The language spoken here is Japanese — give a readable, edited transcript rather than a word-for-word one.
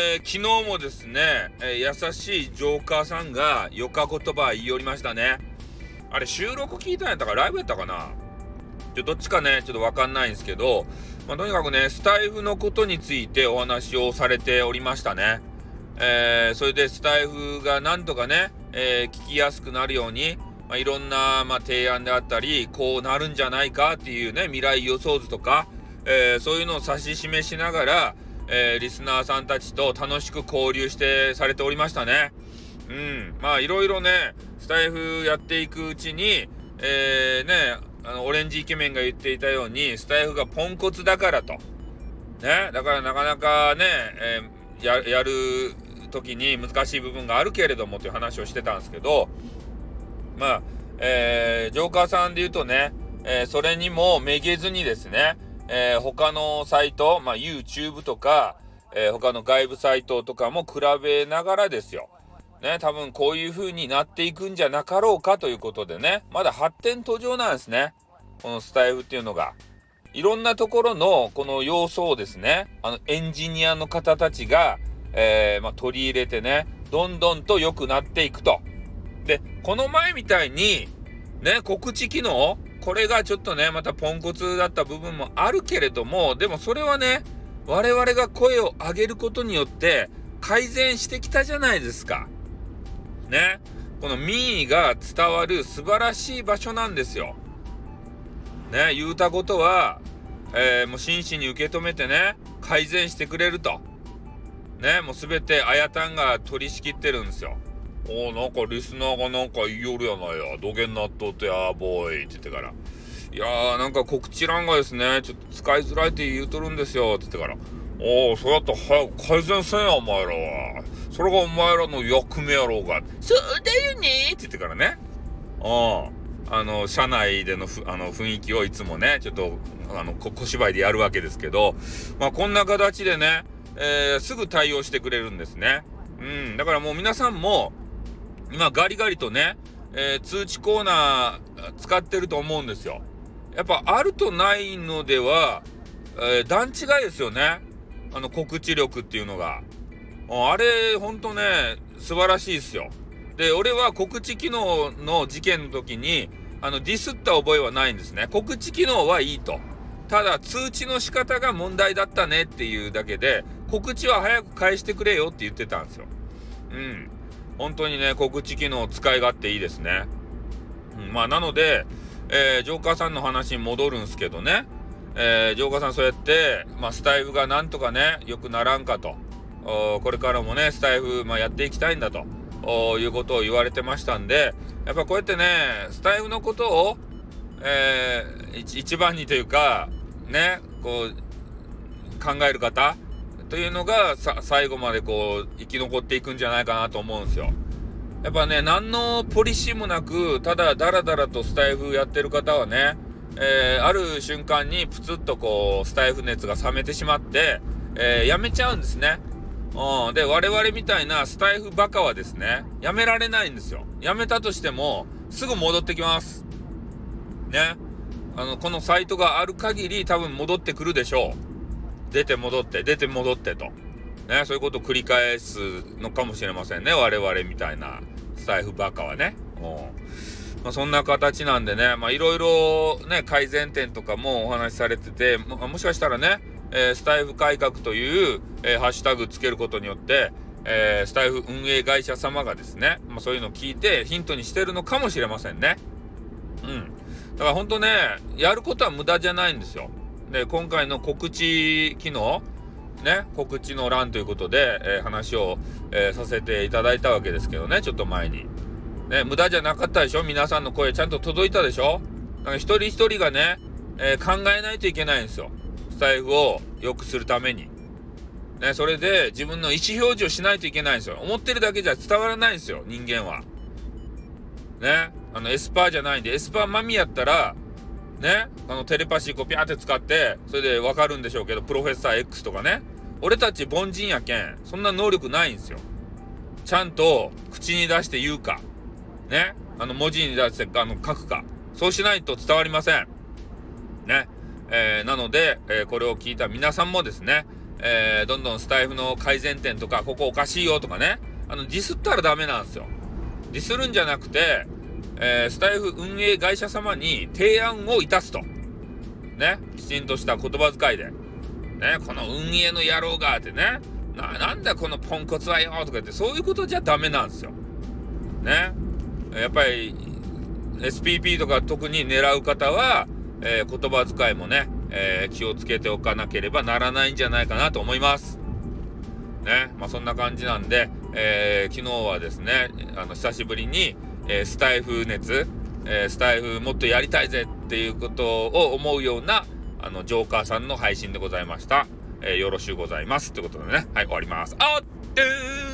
昨日もですね、優しいジョーカーさんがよか言葉言い寄りましたね。あれ収録聞いたんやったかライブやったかな、どっちかねちょっとわかんないんですけど、とにかくねスタイフのことについてお話をされておりましたね。それでスタイフがなんとかね、聞きやすくなるように、いろんな、提案であったりこうなるんじゃないかっていうね未来予想図とか、そういうのを指し示しながら、リスナーさんたちと楽しく交流してされておりましたね。いろいろねスタイフやっていくうちに、オレンジイケメンが言っていたようにスタイフがポンコツだからとね、だからなかなかね、やる時に難しい部分があるけれどもという話をしてたんですけど、ジョーカーさんで言うとね、それにもめげずにですね、他のサイト、YouTube とか、他の外部サイトとかも比べながらですよ。ね、多分こういう風になっていくんじゃなかろうかということでね、まだ発展途上なんですね。このスタイフっていうのが。いろんなところのこの要素をですね、エンジニアの方たちが、取り入れてね、どんどんと良くなっていくと。で、この前みたいに、ね、告知機能、これがちょっとね、またポンコツだった部分もあるけれども、でもそれはね、我々が声を上げることによって改善してきたじゃないですか。ね、この民意が伝わる素晴らしい場所なんですよ。ね、言うたことは、もう真摯に受け止めてね、改善してくれると。ね、もうすべてあやたんが取り仕切ってるんですよ。なんかリスナーがなんか言いよるやないや、土下なっとってやボーイって言ってから、いやーなんか告知欄がですね、ちょっと使いづらいって言うとるんですよって言ってから、そうやったら早く改善せんやお前らは。それがお前らの役目やろうが。そうだよねって言ってからね。社内での雰囲気をいつもね、ちょっと小芝居でやるわけですけど、こんな形でね、すぐ対応してくれるんですね。だからもう皆さんも今ガリガリとね、通知コーナー使ってると思うんですよ。やっぱあるとないのでは、段違いですよね。告知力っていうのが。あれほんとね素晴らしいですよ。で、俺は告知機能の事件の時にディスった覚えはないんですね。告知機能はいいと。ただ通知の仕方が問題だったねっていうだけで、告知は早く返してくれよって言ってたんですよ。本当にね告知機能使い勝手いいですね。なので、ジョーカーさんの話に戻るんすけどね、ジョーカーさんそうやって、スタイフがなんとかね良くならんかと、これからもねスタイフ、やっていきたいんだということを言われてましたんで、やっぱこうやってねスタイフのことを、一番にというかねこう考える方というのが最後までこう生き残っていくんじゃないかなと思うんですよ。やっぱね何のポリシーもなくただダラダラとスタイフやってる方はね、ある瞬間にプツッとこうスタイフ熱が冷めてしまって、やめちゃうんですね。で我々みたいなスタイフバカはですねやめられないんですよ。やめたとしてもすぐ戻ってきますね。このサイトがある限り多分戻ってくるでしょう。出て戻って出て戻ってとね、そういうことを繰り返すのかもしれませんね、我々みたいなスタイフバカはね。そんな形なんでね、いろいろね改善点とかもお話しされてて、もしかしたらね、スタイフ改革という、ハッシュタグつけることによって、スタイフ運営会社様がですね、そういうのを聞いてヒントにしてるのかもしれませんね。だから本当ねやることは無駄じゃないんですよ。で、今回の告知機能ね、告知の欄ということで、話を、させていただいたわけですけどね、ちょっと前にね、無駄じゃなかったでしょ。皆さんの声ちゃんと届いたでしょ。一人一人がね、考えないといけないんですよ、スタイフを良くするためにね。それで自分の意思表示をしないといけないんですよ。思ってるだけじゃ伝わらないんですよ、人間はね。エスパーじゃないんで、エスパーマミやったらね、テレパシーこうピャーって使ってそれで分かるんでしょうけど、プロフェッサー X とかね、俺たち凡人やけんそんな能力ないんですよ。ちゃんと口に出して言うかね、文字に出して書くか、そうしないと伝わりませんね。なので、これを聞いた皆さんもですね、 どんどんスタイフの改善点とか、ここおかしいよとかね、ディスったらダメなんですよ。ディスるんじゃなくて、スタイフ運営会社様に提案をいたすと。ね、きちんとした言葉遣いで。ね、この運営の野郎がってね、なんだこのポンコツはよとか言って、そういうことじゃダメなんですよ。ね。やっぱり、SPP とか特に狙う方は、言葉遣いもね、気をつけておかなければならないんじゃないかなと思います。ね。まあそんな感じなんで、昨日はですね、久しぶりに、スタイフ熱、スタイフもっとやりたいぜっていうことを思うような、ジョーカーさんの配信でございました。よろしゅうございます。ということでね、はい、終わります。あっ